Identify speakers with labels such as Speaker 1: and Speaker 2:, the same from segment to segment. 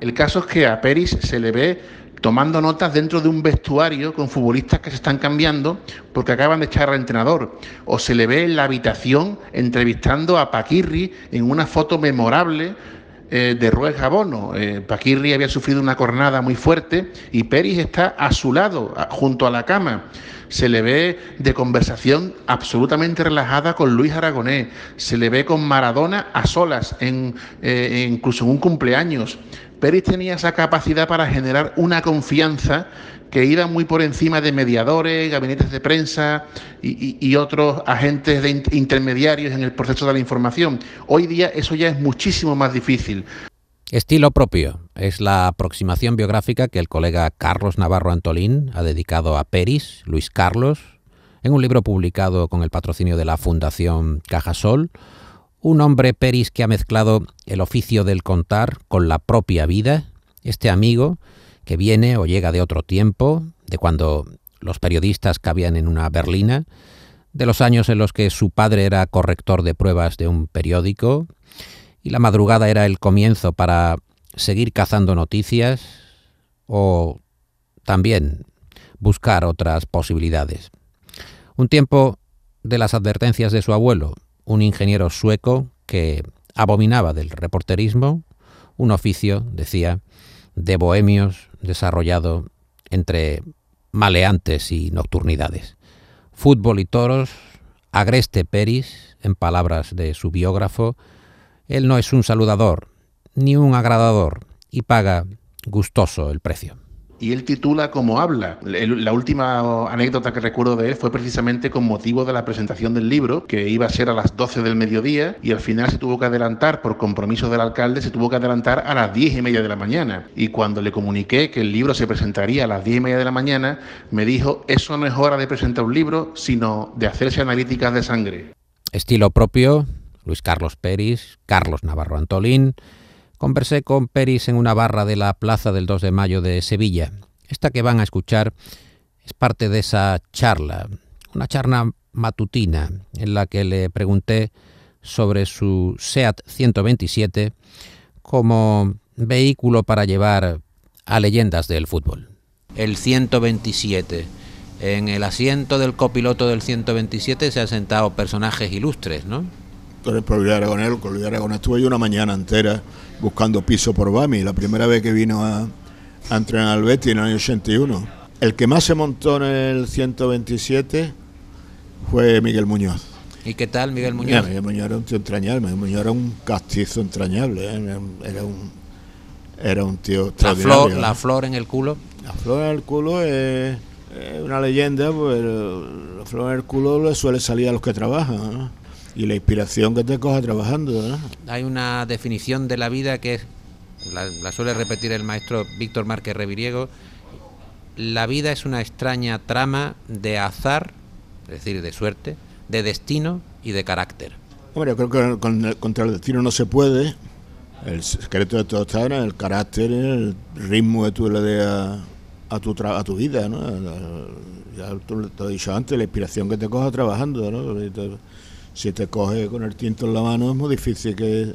Speaker 1: El caso es que a Peris se le ve tomando notas dentro de un vestuario con futbolistas que se están cambiando porque acaban de echar al entrenador, o se le ve en la habitación entrevistando a Paquirri en una foto memorable de Ruiz Gabono. Paquirri había sufrido una cornada muy fuerte y Peris está a su lado, junto a la cama. Se le ve de conversación absolutamente relajada con Luis Aragonés, se le ve con Maradona a solas, incluso en un cumpleaños. Peris tenía esa capacidad para generar una confianza que iba muy por encima de mediadores, gabinetes de prensa y otros agentes intermediarios en el proceso de la información. Hoy día eso ya es muchísimo más difícil.
Speaker 2: Estilo propio es la aproximación biográfica que el colega Carlos Navarro Antolín ha dedicado a Peris, Luis Carlos, en un libro publicado con el patrocinio de la Fundación Cajasol. Un hombre, Peris, que ha mezclado el oficio del contar con la propia vida. Este amigo que viene o llega de otro tiempo, de cuando los periodistas cabían en una berlina, de los años en los que su padre era corrector de pruebas de un periódico y la madrugada era el comienzo para seguir cazando noticias o también buscar otras posibilidades. Un tiempo de las advertencias de su abuelo, un ingeniero sueco que abominaba del reporterismo, un oficio, decía, de bohemios desarrollado entre maleantes y nocturnidades. Fútbol y toros, agreste Peris, en palabras de su biógrafo, él no es un saludador, ni un agradador, y paga gustoso el precio.
Speaker 1: Y él titula como habla. La última anécdota que recuerdo de él fue precisamente con motivo de la presentación del libro, que iba a ser a las 12 del mediodía, y al final se tuvo que adelantar, por compromiso del alcalde, se tuvo que adelantar a las 10:30 de la mañana. Y cuando le comuniqué que el libro se presentaría a las 10:30 de la mañana, me dijo, eso no es hora de presentar un libro, sino de hacerse analíticas de sangre.
Speaker 2: Estilo propio, Luis Carlos Peris, Carlos Navarro Antolín. Conversé con Peris en una barra de la Plaza del 2 de Mayo de Sevilla. Esta que van a escuchar es parte de esa charla, una charla matutina en la que le pregunté sobre su SEAT 127 como vehículo para llevar a leyendas del fútbol. El 127. En el asiento del copiloto del 127 se han sentado personajes ilustres, ¿no?
Speaker 3: Con Luis Aragonés estuve yo una mañana entera buscando piso por Bami, la primera vez que vino a entrenar al Betis en el año 81. El que más se montó en el 127 fue Miguel Muñoz.
Speaker 2: ¿Y qué tal Miguel Muñoz?
Speaker 3: Miguel Muñoz era un tío entrañable, Miguel Muñoz era un castizo entrañable, era un tío extraordinario.
Speaker 2: La flor en el culo.
Speaker 3: La flor en el culo es una leyenda, pues la flor en el culo le suele salir a los que trabajan, ¿no? Y la inspiración que te coja trabajando, ¿no?
Speaker 2: Hay una definición de la vida que es, la suele repetir el maestro Víctor Márquez Reviriego: la vida es una extraña trama de azar, es decir, de suerte, de destino y de carácter.
Speaker 3: Hombre, yo creo que contra el destino no se puede. El secreto de todo está en el carácter, en el ritmo que tú le des a tu vida, ¿no? Ya te he dicho antes, la inspiración que te coja trabajando, ¿no? Si te coge con el tiento en la mano es muy difícil que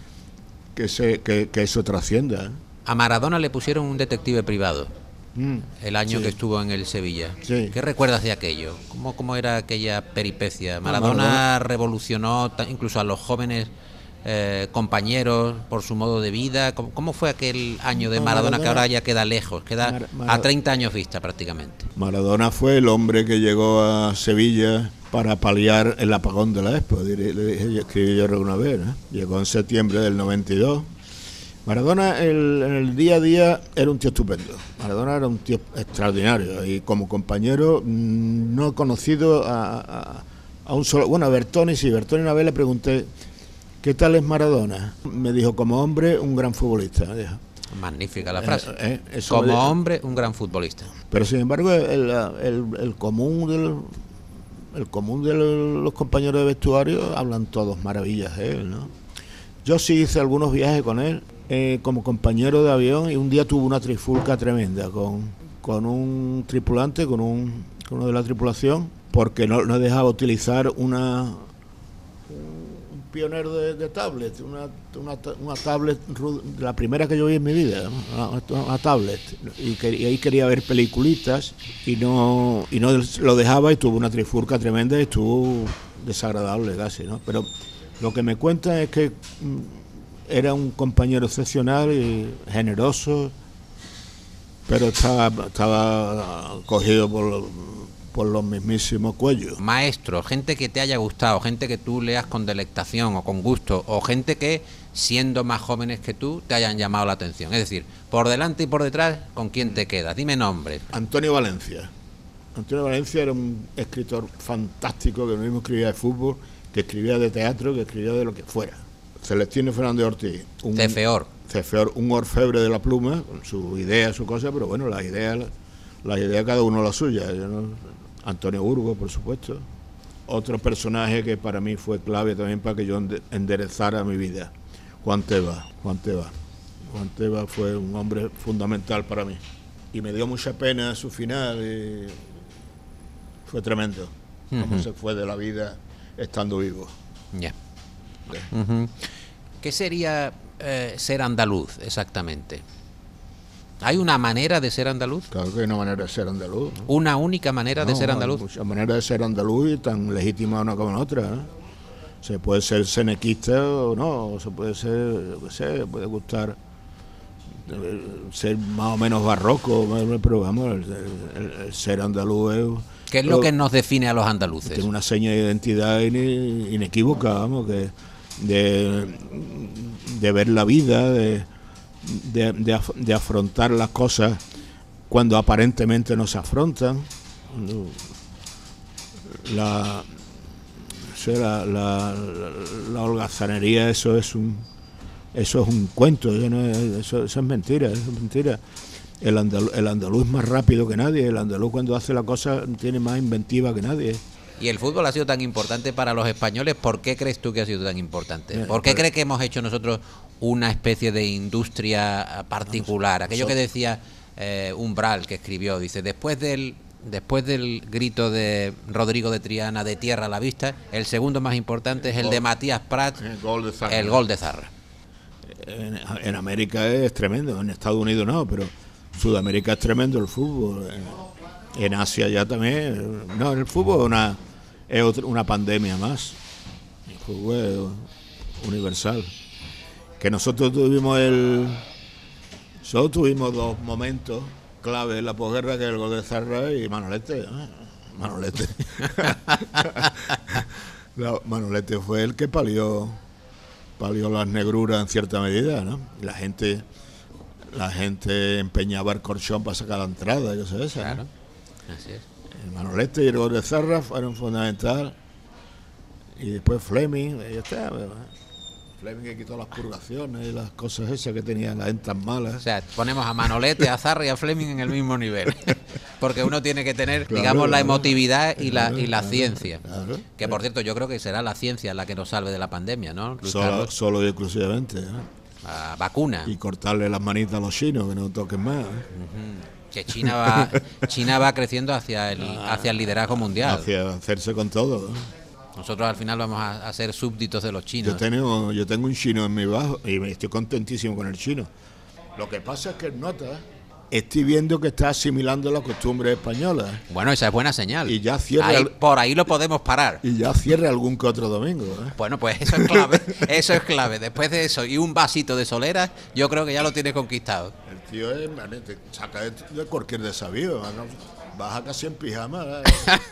Speaker 3: eso trascienda.
Speaker 2: A Maradona le pusieron un detective privado el año
Speaker 3: sí.
Speaker 2: que estuvo en el Sevilla.
Speaker 3: Sí.
Speaker 2: ¿Qué recuerdas de aquello? ¿Cómo era aquella peripecia? Maradona revolucionó incluso a los jóvenes compañeros por su modo de vida. ¿Cómo fue aquel año de Maradona que ahora ya queda lejos? Queda a 30 años vista prácticamente.
Speaker 3: Maradona fue el hombre que llegó a Sevilla para paliar el apagón de la Expo, escribí yo alguna vez, ¿no? Llegó en septiembre del 92. Maradona en el día a día era un tío estupendo. Maradona era un tío extraordinario y como compañero no he conocido a un solo... Bueno, a Bertoni sí, Bertoni una vez le pregunté ¿qué tal es Maradona? Me dijo, como hombre, un gran futbolista. Me dijo.
Speaker 2: Magnífica la frase. Como hombre, un gran futbolista.
Speaker 3: Pero sin embargo, el común de los compañeros de vestuario hablan todos maravillas de él, ¿no? Yo sí hice algunos viajes con él como compañero de avión y un día tuve una trifulca tremenda con un tripulante, con uno de la tripulación, porque no dejaba utilizar un pionero de tablet, una tablet, la primera que yo vi en mi vida, una tablet, y ahí quería ver peliculitas y no lo dejaba, y tuvo una trifurca tremenda y estuvo desagradable casi, ¿no? Pero lo que me cuentan es que era un compañero excepcional y generoso, pero estaba cogido por los mismísimos cuellos.
Speaker 2: Maestro, gente que te haya gustado, gente que tú leas con delectación o con gusto, o gente que, siendo más jóvenes que tú, te hayan llamado la atención. Es decir, por delante y por detrás, ¿con quién te quedas? Dime nombres.
Speaker 3: Antonio Valencia. Antonio Valencia era un escritor fantástico, que no mismo escribía de fútbol, que escribía de teatro, que escribía de lo que fuera. Celestino Fernández Ortiz.
Speaker 2: Cefeor,
Speaker 3: un orfebre de la pluma, con su idea, su cosa, pero bueno, las ideas cada uno la suya. Antonio Burgos, por supuesto. Otro personaje que para mí fue clave también para que yo enderezara mi vida, Juan Tebas. Juan Tebas fue un hombre fundamental para mí. Y me dio mucha pena su final, y fue tremendo, cómo se fue de la vida estando vivo.
Speaker 2: Ya. ¿Qué sería ser andaluz exactamente? ¿Hay una manera de ser andaluz?
Speaker 3: Claro que hay una manera de ser andaluz, ¿no?
Speaker 2: ¿Una única manera de ser andaluz?
Speaker 3: Hay muchas maneras de ser andaluz, y tan legítima una como la otra, ¿no? Se puede ser senequista o no, se puede ser, yo qué sé, puede gustar ser más o menos barroco, pero vamos, el ser andaluz es...
Speaker 2: ¿Qué es lo que nos define a los andaluces?
Speaker 3: Tiene una seña de identidad inequívoca, vamos, que de ver la vida, de afrontar las cosas cuando aparentemente no se afrontan. La holgazanería, eso es un cuento, eso es mentira, El andaluz es más rápido que nadie, el andaluz cuando hace la cosa tiene más inventiva que nadie.
Speaker 2: Y el fútbol ha sido tan importante para los españoles. ¿Por qué crees tú que ha sido tan importante? ¿Por qué crees que hemos hecho nosotros una especie de industria particular? Aquello que decía Umbral, que escribió, dice, después del grito de Rodrigo de Triana de tierra a la vista, el segundo más importante es el de Matías Prats, el gol de Zarra.
Speaker 3: En América es tremendo, en Estados Unidos no, pero Sudamérica es tremendo el fútbol. En Asia ya también. No, en el fútbol es una pandemia más. El fútbol es universal. Que nosotros tuvimos dos momentos clave en la posguerra, que es el gol de Zarra y Manolete. Manolete fue el que palió las negruras en cierta medida, ¿no? Y la gente empeñaba el colchón para sacar la entrada, yo sé esa.
Speaker 2: Claro,
Speaker 3: ¿no?
Speaker 2: así es.
Speaker 3: El Manolete y el gol de Zarra fueron fundamental. Y después Fleming, ya está. Fleming que quitó las purgaciones y las cosas esas que tenía, las entas malas.
Speaker 2: O sea, ponemos a Manolete, a Zarra y a Fleming en el mismo nivel. Porque uno tiene que tener,
Speaker 3: Claro,
Speaker 2: digamos, la
Speaker 3: claro.
Speaker 2: emotividad y la
Speaker 3: Claro,
Speaker 2: ciencia.
Speaker 3: claro.
Speaker 2: Que, por cierto, yo creo que será la ciencia la que nos salve de la pandemia, ¿no, Luis Carlos?
Speaker 3: Solo y exclusivamente, ¿no?
Speaker 2: La vacuna.
Speaker 3: Y cortarle las manitas a los chinos, que no toquen más.
Speaker 2: Que China va creciendo hacia el liderazgo mundial.
Speaker 3: Hacia hacerse con todo, ¿no?
Speaker 2: Nosotros al final vamos a ser súbditos de los chinos.
Speaker 3: Yo tengo un chino en mi bajo y estoy contentísimo con el chino. Lo que pasa es que estoy viendo que está asimilando las costumbres españolas.
Speaker 2: Bueno, esa es buena señal.
Speaker 3: Y ya cierra
Speaker 2: por ahí lo podemos parar.
Speaker 3: Y ya cierre algún que otro domingo, ¿eh?
Speaker 2: Bueno, pues eso es clave. Eso es clave. Después de eso y un vasito de solera, yo creo que ya lo tiene conquistado.
Speaker 3: El tío te saca de cualquier desavío, ¿no? Baja casi en pijama, ¿eh?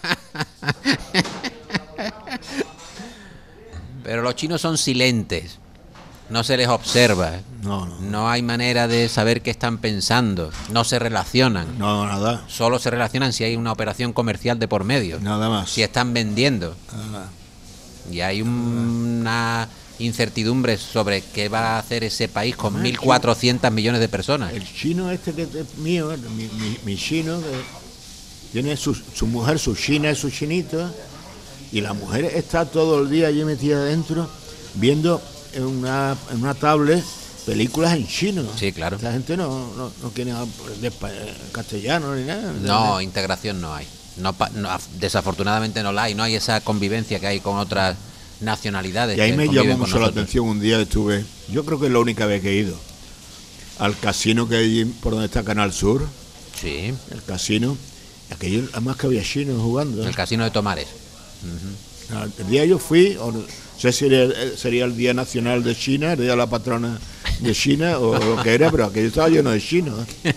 Speaker 2: Pero los chinos son silentes. No se les observa. No hay manera de saber qué están pensando. No se relacionan.
Speaker 3: No, nada.
Speaker 2: Solo se relacionan si hay una operación comercial de por medio.
Speaker 3: Nada más.
Speaker 2: Si están vendiendo.
Speaker 3: Nada.
Speaker 2: Y hay una incertidumbre sobre qué va a hacer ese país con 1.400 millones de personas.
Speaker 3: El chino que es mío, mi chino, que tiene su mujer, su china y su chinito, y la mujer está todo el día allí metida adentro viendo en una tablet películas en chino.
Speaker 2: Sí, claro.
Speaker 3: La gente no quiere aprender castellano ni nada.
Speaker 2: No, integración no hay. Desafortunadamente no la hay. No hay esa convivencia que hay con otras nacionalidades.
Speaker 3: Y ahí
Speaker 2: que
Speaker 3: me
Speaker 2: conviven
Speaker 3: llamó
Speaker 2: con
Speaker 3: mucho la
Speaker 2: nosotros.
Speaker 3: atención. Un día estuve, yo creo que es la única vez que he ido, al casino que hay por donde está Canal Sur,
Speaker 2: Sí,
Speaker 3: el casino. Aquello, además que había chinos jugando.
Speaker 2: el Casino de Tomares.
Speaker 3: El día yo fui, o no sé si sería el Día Nacional de China, el Día de la Patrona de China, o lo que era, pero aquello estaba lleno de chinos.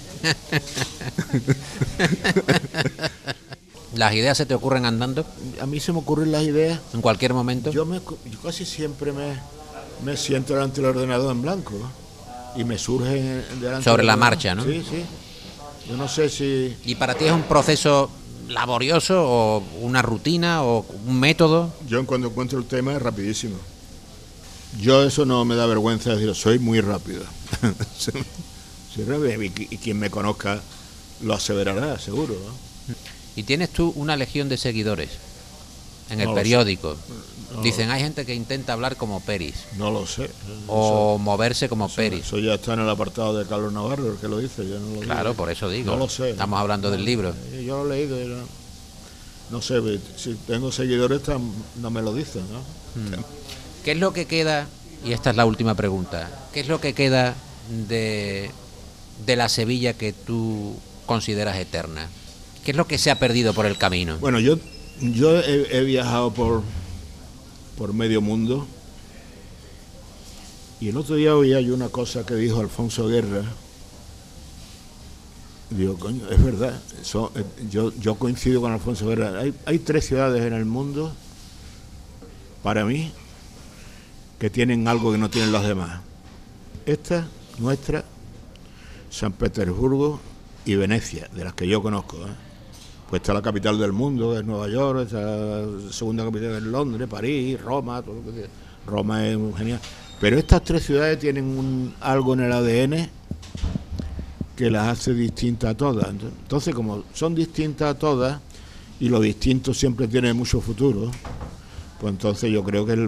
Speaker 2: ¿Las ideas se te ocurren andando
Speaker 3: A mí se me ocurren las ideas.
Speaker 2: en cualquier momento?
Speaker 3: Yo casi siempre me siento delante del ordenador en blanco y me surge delante
Speaker 2: Sobre
Speaker 3: del
Speaker 2: la
Speaker 3: ordenador.
Speaker 2: marcha, ¿no?
Speaker 3: Sí, sí. Yo no sé si...
Speaker 2: ¿Y para ti es un proceso laborioso o una rutina o un método?
Speaker 3: Yo cuando encuentro el tema es rapidísimo. Yo eso no me da vergüenza decirlo, soy muy rápido. Soy rápido y quien me conozca lo aseverará, seguro, ¿no?
Speaker 2: ¿Y tienes tú una legión de seguidores en el
Speaker 3: No lo
Speaker 2: periódico?
Speaker 3: No,
Speaker 2: Dicen, hay gente que intenta hablar como Peris
Speaker 3: no lo sé.
Speaker 2: o moverse como Peris.
Speaker 3: Eso ya está en el apartado de Carlos Navarro, el que lo dice, yo no lo
Speaker 2: Claro,
Speaker 3: digo.
Speaker 2: por eso digo.
Speaker 3: No lo sé.
Speaker 2: Estamos hablando del libro.
Speaker 3: Yo lo he leído y no sé, si tengo seguidores no me lo dicen, ¿no?
Speaker 2: ¿Qué es lo que queda? Y esta es la última pregunta. ¿Qué es lo que queda de la Sevilla que tú consideras eterna? ¿Qué es lo que se ha perdido por el camino?
Speaker 3: Bueno, yo he viajado por medio mundo y el otro día oía yo una cosa que dijo Alfonso Guerra. Digo, coño, es verdad. Yo coincido con Alfonso Guerra. Hay 3 ciudades en el mundo, para mí, que tienen algo que no tienen los demás. Esta, nuestra, San Petersburgo y Venecia, de las que yo conozco, ¿eh? Pues está la capital del mundo, que es Nueva York, está la segunda capital que es Londres, París, Roma, todo lo que Roma es muy genial. Pero estas 3 ciudades tienen algo en el ADN que las hace distintas a todas. Entonces, como son distintas a todas, y lo distinto siempre tiene mucho futuro, pues entonces yo creo que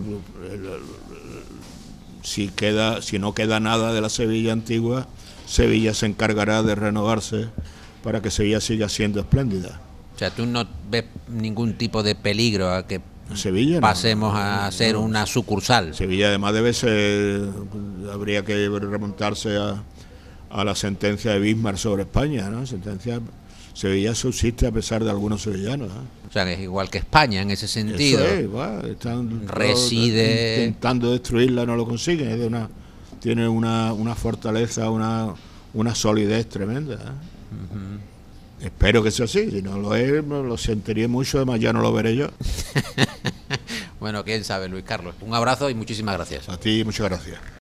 Speaker 3: si no queda nada de la Sevilla antigua, Sevilla se encargará de renovarse para que Sevilla siga siendo espléndida.
Speaker 2: O sea, tú no ves ningún tipo de peligro a que
Speaker 3: Sevilla
Speaker 2: pasemos a ser una sucursal.
Speaker 3: Sevilla además debe ser, habría que remontarse a la sentencia de Bismarck sobre España, ¿no? Sevilla subsiste a pesar de algunos sevillanos, ¿eh?
Speaker 2: O sea, que es igual que España en ese sentido.
Speaker 3: Eso es, bueno, están
Speaker 2: Reside...
Speaker 3: intentando destruirla, no lo consiguen. Tiene una fortaleza, una solidez tremenda, ¿eh? Espero que sea así, si no lo es, lo sentiría mucho, además ya no lo veré yo.
Speaker 2: Bueno, quién sabe, Luis Carlos. Un abrazo y muchísimas gracias.
Speaker 3: A ti, muchas gracias.